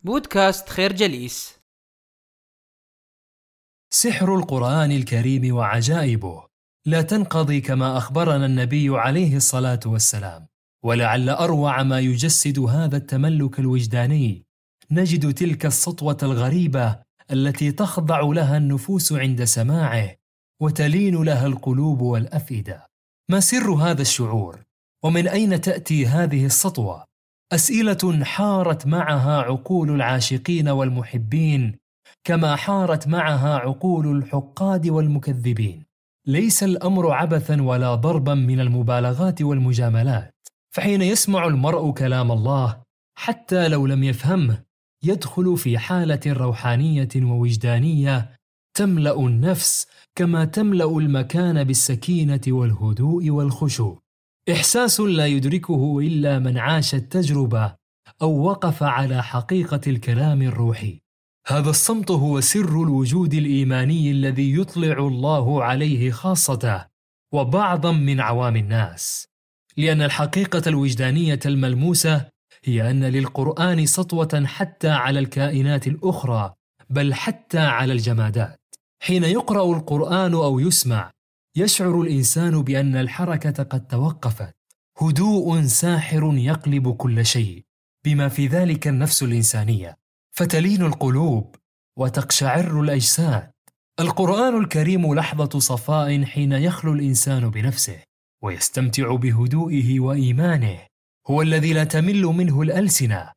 بودكاست خير جليس. سحر القرآن الكريم وعجائبه لا تنقضي كما أخبرنا النبي عليه الصلاة والسلام. ولعل أروع ما يجسد هذا التملك الوجداني نجد تلك السطوة الغريبة التي تخضع لها النفوس عند سماعه وتلين لها القلوب والأفئدة. ما سر هذا الشعور؟ ومن أين تأتي هذه السطوة؟ أسئلة حارت معها عقول العاشقين والمحبين كما حارت معها عقول الحقاد والمكذبين. ليس الأمر عبثا ولا ضربا من المبالغات والمجاملات، فحين يسمع المرء كلام الله حتى لو لم يفهمه يدخل في حالة روحانية ووجدانية تملأ النفس كما تملأ المكان بالسكينة والهدوء والخشوع، إحساس لا يدركه إلا من عاش التجربة أو وقف على حقيقة الكلام الروحي. هذا الصمت هو سر الوجود الإيماني الذي يطلع الله عليه خاصته وبعضا من عوام الناس، لأن الحقيقة الوجدانية الملموسة هي أن للقرآن سطوة حتى على الكائنات الأخرى، بل حتى على الجمادات. حين يقرأ القرآن أو يسمع يشعر الإنسان بأن الحركة قد توقفت، هدوء ساحر يقلب كل شيء بما في ذلك النفس الإنسانية، فتلين القلوب وتقشعر الأجساد. القرآن الكريم لحظة صفاء حين يخلو الإنسان بنفسه ويستمتع بهدوئه وإيمانه، هو الذي لا تمل منه الألسنة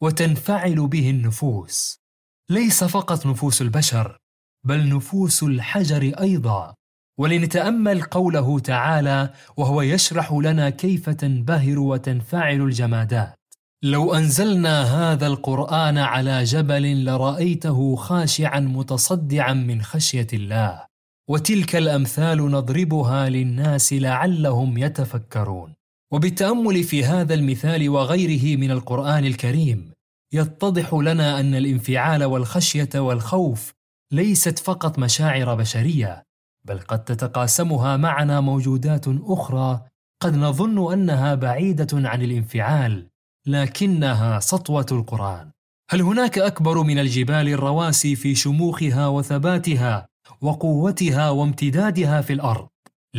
وتنفعل به النفوس، ليس فقط نفوس البشر بل نفوس الحجر أيضا. ولنتأمل قوله تعالى وهو يشرح لنا كيف تنبهر وتنفعل الجمادات: لو أنزلنا هذا القرآن على جبل لرأيته خاشعا متصدعا من خشية الله، وتلك الأمثال نضربها للناس لعلهم يتفكرون. وبالتأمل في هذا المثال وغيره من القرآن الكريم يتضح لنا أن الانفعال والخشية والخوف ليست فقط مشاعر بشرية، بل قد تتقاسمها معنا موجودات أخرى قد نظن أنها بعيدة عن الانفعال، لكنها سطوة القرآن. هل هناك أكبر من الجبال الرواسي في شموخها وثباتها وقوتها وامتدادها في الأرض؟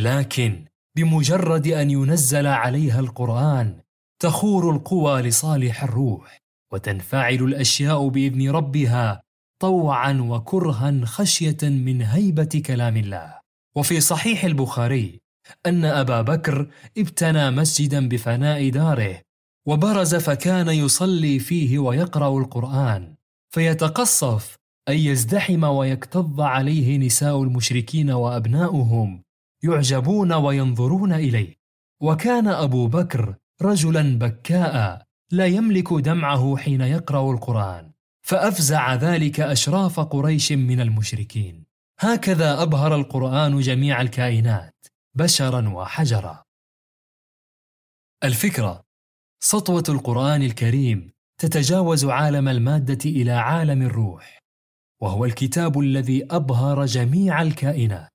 لكن بمجرد أن ينزل عليها القرآن تخور القوى لصالح الروح، وتنفعل الأشياء بإذن ربها طوعا وكرها خشية من هيبة كلام الله. وفي صحيح البخاري أن أبا بكر ابتنى مسجدا بفناء داره وبرز فكان يصلي فيه ويقرأ القرآن، فيتقصف أن يزدحم ويكتظ عليه نساء المشركين وأبناؤهم يعجبون وينظرون إليه. وكان أبو بكر رجلا بكاء لا يملك دمعه حين يقرأ القرآن، فأفزع ذلك أشراف قريش من المشركين. هكذا أبهر القرآن جميع الكائنات بشرا وحجرا. الفكرة: سطوة القرآن الكريم تتجاوز عالم المادة إلى عالم الروح، وهو الكتاب الذي أبهر جميع الكائنات.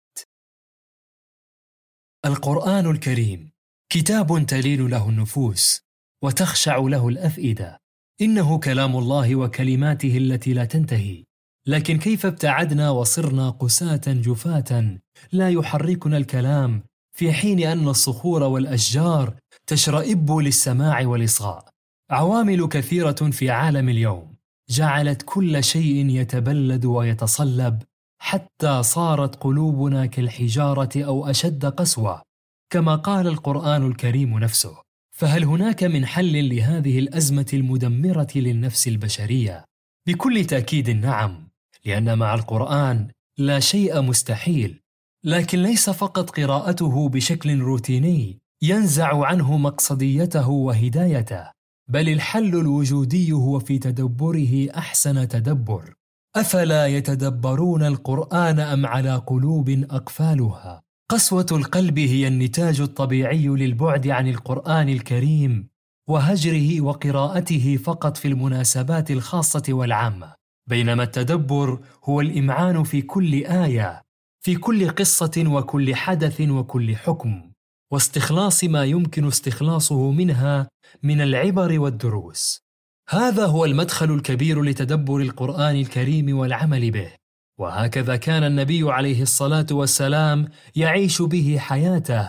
القرآن الكريم كتاب تلين له النفوس وتخشع له الأفئدة، إنه كلام الله وكلماته التي لا تنتهي. لكن كيف ابتعدنا وصرنا قساة جفاة لا يحركنا الكلام، في حين أن الصخور والأشجار تشرئب للسماع والإصغاء. عوامل كثيرة في عالم اليوم جعلت كل شيء يتبلد ويتصلب حتى صارت قلوبنا كالحجارة أو أشد قسوة، كما قال القرآن الكريم نفسه. فهل هناك من حل لهذه الأزمة المدمرة للنفس البشرية؟ بكل تأكيد نعم، لأن مع القرآن لا شيء مستحيل، لكن ليس فقط قراءته بشكل روتيني ينزع عنه مقصديته وهدايته، بل الحل الوجودي هو في تدبره أحسن تدبر. أفلا يتدبرون القرآن أم على قلوب أقفالها؟ قسوة القلب هي النتاج الطبيعي للبعد عن القرآن الكريم وهجره وقراءته فقط في المناسبات الخاصة والعامة، بينما التدبر هو الإمعان في كل آية، في كل قصة وكل حدث وكل حكم، واستخلاص ما يمكن استخلاصه منها من العبر والدروس. هذا هو المدخل الكبير لتدبر القرآن الكريم والعمل به، وهكذا كان النبي عليه الصلاة والسلام يعيش به حياته،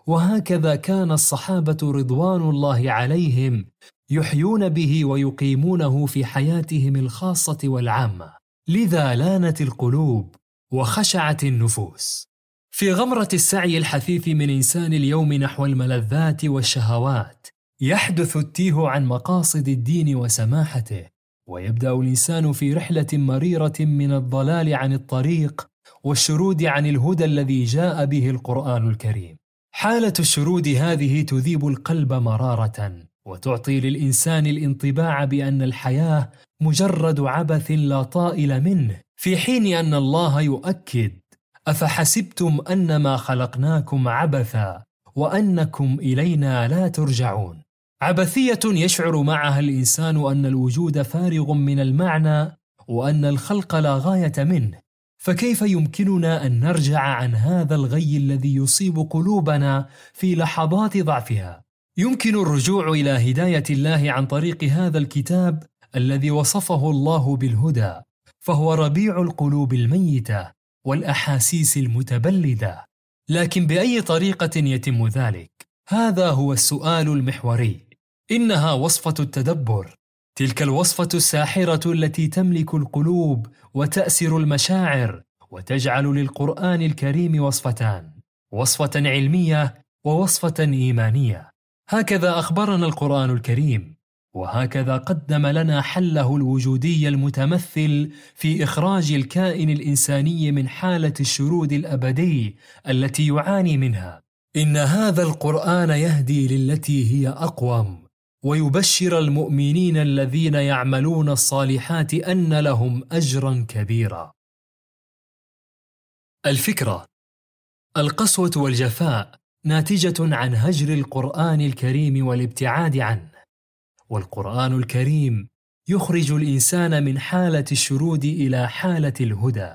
وهكذا كان الصحابة رضوان الله عليهم يحيون به ويقيمونه في حياتهم الخاصة والعامة. لذا لانت القلوب وخشعت النفوس في غمرة السعي الحثيث من إنسان اليوم نحو الملذات والشهوات. يحدث التيه عن مقاصد الدين وسماحته، ويبدأ الإنسان في رحلة مريرة من الضلال عن الطريق والشرود عن الهدى الذي جاء به القرآن الكريم. حالة الشرود هذه تذيب القلب مرارة، وتعطي للإنسان الانطباع بأن الحياة مجرد عبث لا طائل منه، في حين أن الله يؤكد: أفحسبتم أنما خلقناكم عبثا وأنكم إلينا لا ترجعون. عبثية يشعر معها الإنسان أن الوجود فارغ من المعنى وأن الخلق لا غاية منه، فكيف يمكننا أن نرجع عن هذا الغي الذي يصيب قلوبنا في لحظات ضعفها؟ يمكن الرجوع إلى هداية الله عن طريق هذا الكتاب الذي وصفه الله بالهدى، فهو ربيع القلوب الميتة والأحاسيس المتبلدة. لكن بأي طريقة يتم ذلك؟ هذا هو السؤال المحوري. إنها وصفة التدبر، تلك الوصفة الساحرة التي تملك القلوب وتأسر المشاعر، وتجعل للقرآن الكريم وصفتان: وصفة علمية ووصفة إيمانية. هكذا أخبرنا القرآن الكريم، وهكذا قدم لنا حله الوجودي المتمثل في إخراج الكائن الإنساني من حالة الشرود الأبدي التي يعاني منها. إن هذا القرآن يهدي للتي هي أقوم، ويبشر المؤمنين الذين يعملون الصالحات أن لهم أجرا كبيرا. الفكرة: القسوة والجفاء ناتجة عن هجر القرآن الكريم والابتعاد عنه، والقرآن الكريم يخرج الإنسان من حالة الشرود إلى حالة الهدى.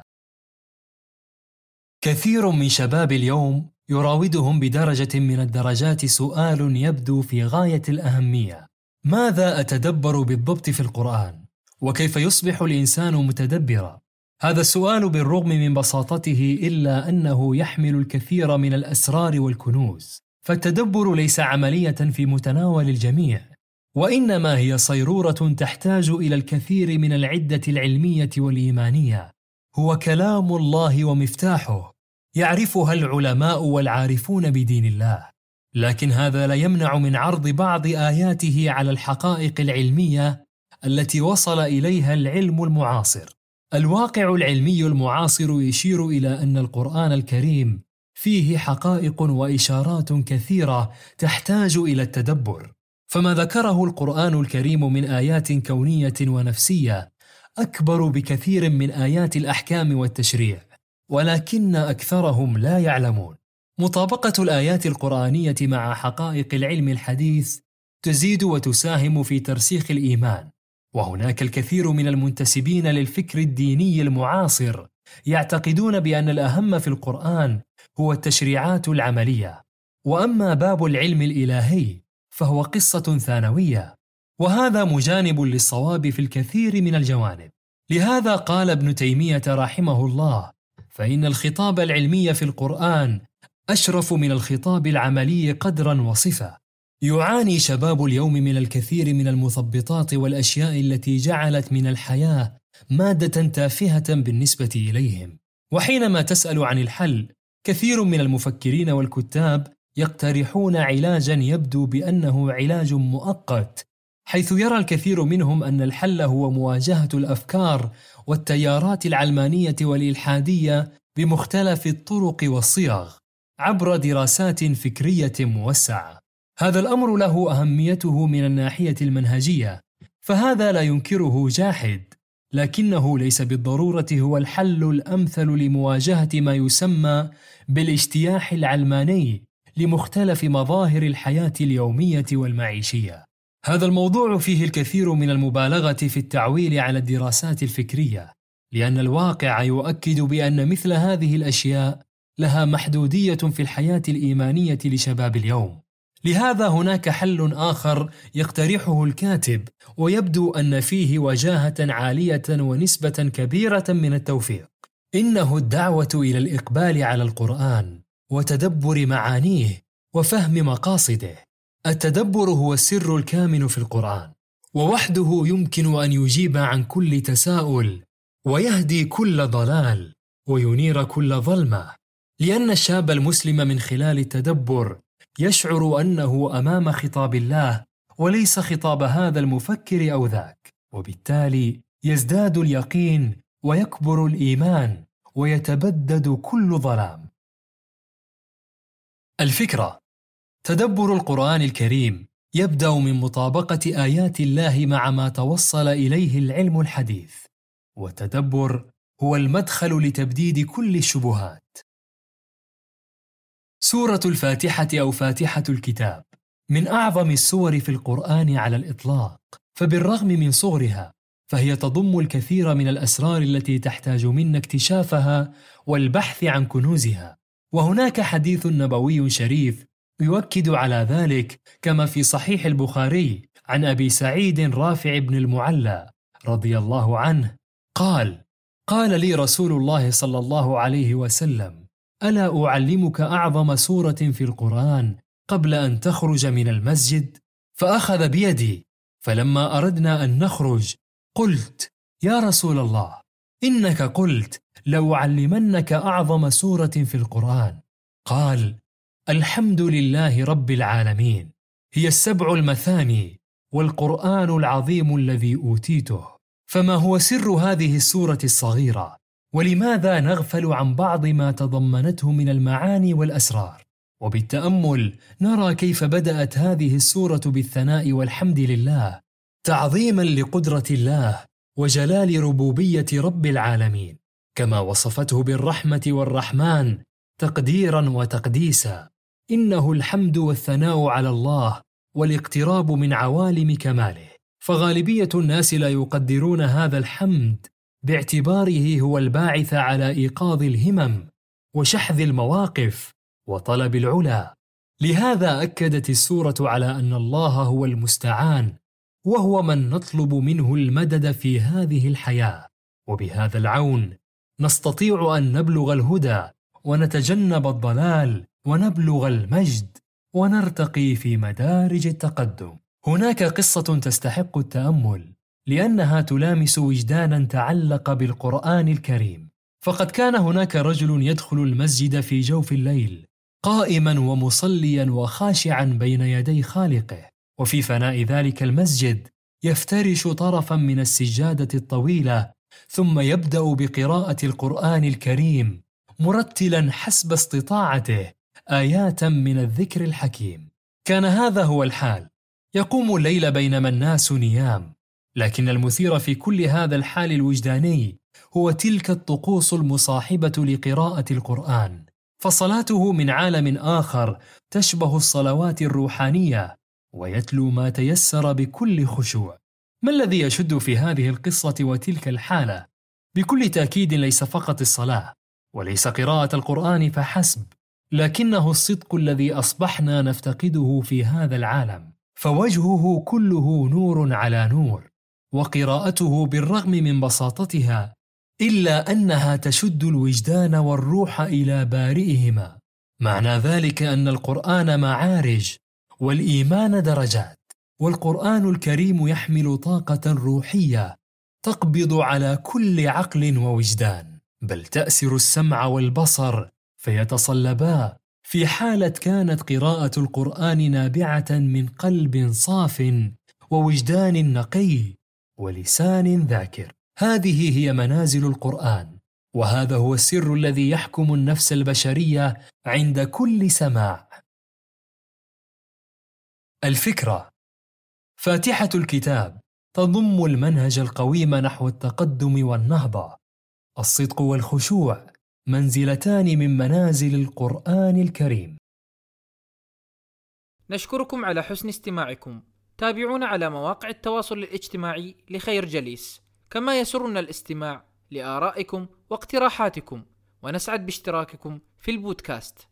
كثير من شباب اليوم يراودهم بدرجة من الدرجات سؤال يبدو في غاية الأهمية: ماذا أتدبر بالضبط في القرآن؟ وكيف يصبح الإنسان متدبرا؟ هذا السؤال بالرغم من بساطته إلا أنه يحمل الكثير من الأسرار والكنوز، فالتدبر ليس عملية في متناول الجميع، وإنما هي صيرورة تحتاج إلى الكثير من العدة العلمية والإيمانية. هو كلام الله ومفتاحه يعرفها العلماء والعارفون بدين الله، لكن هذا لا يمنع من عرض بعض آياته على الحقائق العلمية التي وصل إليها العلم المعاصر. الواقع العلمي المعاصر يشير إلى أن القرآن الكريم فيه حقائق وإشارات كثيرة تحتاج إلى التدبر، فما ذكره القرآن الكريم من آيات كونية ونفسية أكبر بكثير من آيات الأحكام والتشريع، ولكن أكثرهم لا يعلمون. مطابقة الآيات القرآنية مع حقائق العلم الحديث تزيد وتساهم في ترسيخ الإيمان، وهناك الكثير من المنتسبين للفكر الديني المعاصر يعتقدون بأن الأهم في القرآن هو التشريعات العملية، وأما باب العلم الإلهي فهو قصة ثانوية، وهذا مجانب للصواب في الكثير من الجوانب. لهذا قال ابن تيمية رحمه الله: فإن الخطاب العلمي في القرآن أشرف من الخطاب العملي قدرا وصفة. يعاني شباب اليوم من الكثير من المثبطات والأشياء التي جعلت من الحياة مادة تافهة بالنسبة إليهم، وحينما تسأل عن الحل كثير من المفكرين والكتاب يقترحون علاجا يبدو بأنه علاج مؤقت، حيث يرى الكثير منهم أن الحل هو مواجهة الأفكار والتيارات العلمانية والإلحادية بمختلف الطرق والصيغ عبر دراسات فكرية موسعة. هذا الأمر له أهميته من الناحية المنهجية، فهذا لا ينكره جاحد، لكنه ليس بالضرورة هو الحل الأمثل لمواجهة ما يسمى بالاجتياح العلماني لمختلف مظاهر الحياة اليومية والمعيشية. هذا الموضوع فيه الكثير من المبالغة في التعويل على الدراسات الفكرية، لأن الواقع يؤكد بأن مثل هذه الأشياء لها محدودية في الحياة الإيمانية لشباب اليوم. لهذا هناك حل آخر يقترحه الكاتب، ويبدو أن فيه وجاهة عالية ونسبة كبيرة من التوفيق. إنه الدعوة إلى الإقبال على القرآن وتدبر معانيه وفهم مقاصده. التدبر هو السر الكامن في القرآن، ووحده يمكن أن يجيب عن كل تساؤل ويهدي كل ضلال وينير كل ظلمة، لأن الشاب المسلم من خلال التدبر يشعر أنه أمام خطاب الله وليس خطاب هذا المفكر أو ذاك، وبالتالي يزداد اليقين ويكبر الإيمان ويتبدد كل ظلام. الفكرة: تدبر القرآن الكريم يبدأ من مطابقة آيات الله مع ما توصل إليه العلم الحديث، والتدبر هو المدخل لتبديد كل الشبهات. سورة الفاتحة أو فاتحة الكتاب من أعظم السور في القرآن على الإطلاق، فبالرغم من صغرها فهي تضم الكثير من الأسرار التي تحتاج منا اكتشافها والبحث عن كنوزها. وهناك حديث نبوي شريف يؤكد على ذلك، كما في صحيح البخاري عن أبي سعيد رافع بن المعلى رضي الله عنه قال: قال لي رسول الله صلى الله عليه وسلم: ألا أعلمك أعظم سورة في القرآن قبل أن تخرج من المسجد؟ فأخذ بيدي، فلما أردنا أن نخرج قلت: يا رسول الله، إنك قلت لأعلمنك أعظم سورة في القرآن. قال: الحمد لله رب العالمين، هي السبع المثاني والقرآن العظيم الذي أوتيته. فما هو سر هذه السورة الصغيرة؟ ولماذا نغفل عن بعض ما تضمنته من المعاني والأسرار؟ وبالتأمل نرى كيف بدأت هذه السورة بالثناء والحمد لله، تعظيما لقدرة الله وجلال ربوبية رب العالمين، كما وصفته بالرحمة والرحمن تقديرا وتقديسا. إنه الحمد والثناء على الله والاقتراب من عوالم كماله، فغالبية الناس لا يقدرون هذا الحمد باعتباره هو الباعث على إيقاظ الهمم وشحذ المواقف وطلب العلا. لهذا أكدت السورة على أن الله هو المستعان، وهو من نطلب منه المدد في هذه الحياة، وبهذا العون نستطيع أن نبلغ الهدى ونتجنب الضلال ونبلغ المجد ونرتقي في مدارج التقدم. هناك قصة تستحق التأمل، لأنها تلامس وجدانا تعلق بالقرآن الكريم. فقد كان هناك رجل يدخل المسجد في جوف الليل قائما ومصليا وخاشعا بين يدي خالقه، وفي فناء ذلك المسجد يفترش طرفا من السجادة الطويلة، ثم يبدأ بقراءة القرآن الكريم مرتلا حسب استطاعته آيات من الذكر الحكيم. كان هذا هو الحال، يقوم الليل بينما الناس نيام، لكن المثير في كل هذا الحال الوجداني هو تلك الطقوس المصاحبة لقراءة القرآن، فصلاته من عالم آخر تشبه الصلوات الروحانية، ويتلو ما تيسر بكل خشوع. ما الذي يشد في هذه القصة وتلك الحالة؟ بكل تأكيد ليس فقط الصلاة، وليس قراءة القرآن فحسب، لكنه الصدق الذي أصبحنا نفتقده في هذا العالم، فوجهه كله نور على نور، وقراءته بالرغم من بساطتها إلا أنها تشد الوجدان والروح إلى بارئهما. معنى ذلك أن القرآن معارج والإيمان درجات، والقرآن الكريم يحمل طاقة روحية تقبض على كل عقل ووجدان، بل تأسر السمع والبصر فيتصلبا في حالة كانت قراءة القرآن نابعة من قلب صاف ووجدان نقي ولسان ذاكر. هذه هي منازل القرآن، وهذا هو السر الذي يحكم النفس البشرية عند كل سماع. الفكرة: فاتحة الكتاب تضم المنهج القويم نحو التقدم والنهضة. الصدق والخشوع منزلتان من منازل القرآن الكريم. نشكركم على حسن استماعكم. تابعونا على مواقع التواصل الاجتماعي لخير جليس، كما يسرنا الاستماع لآرائكم واقتراحاتكم، ونسعد باشتراككم في البودكاست.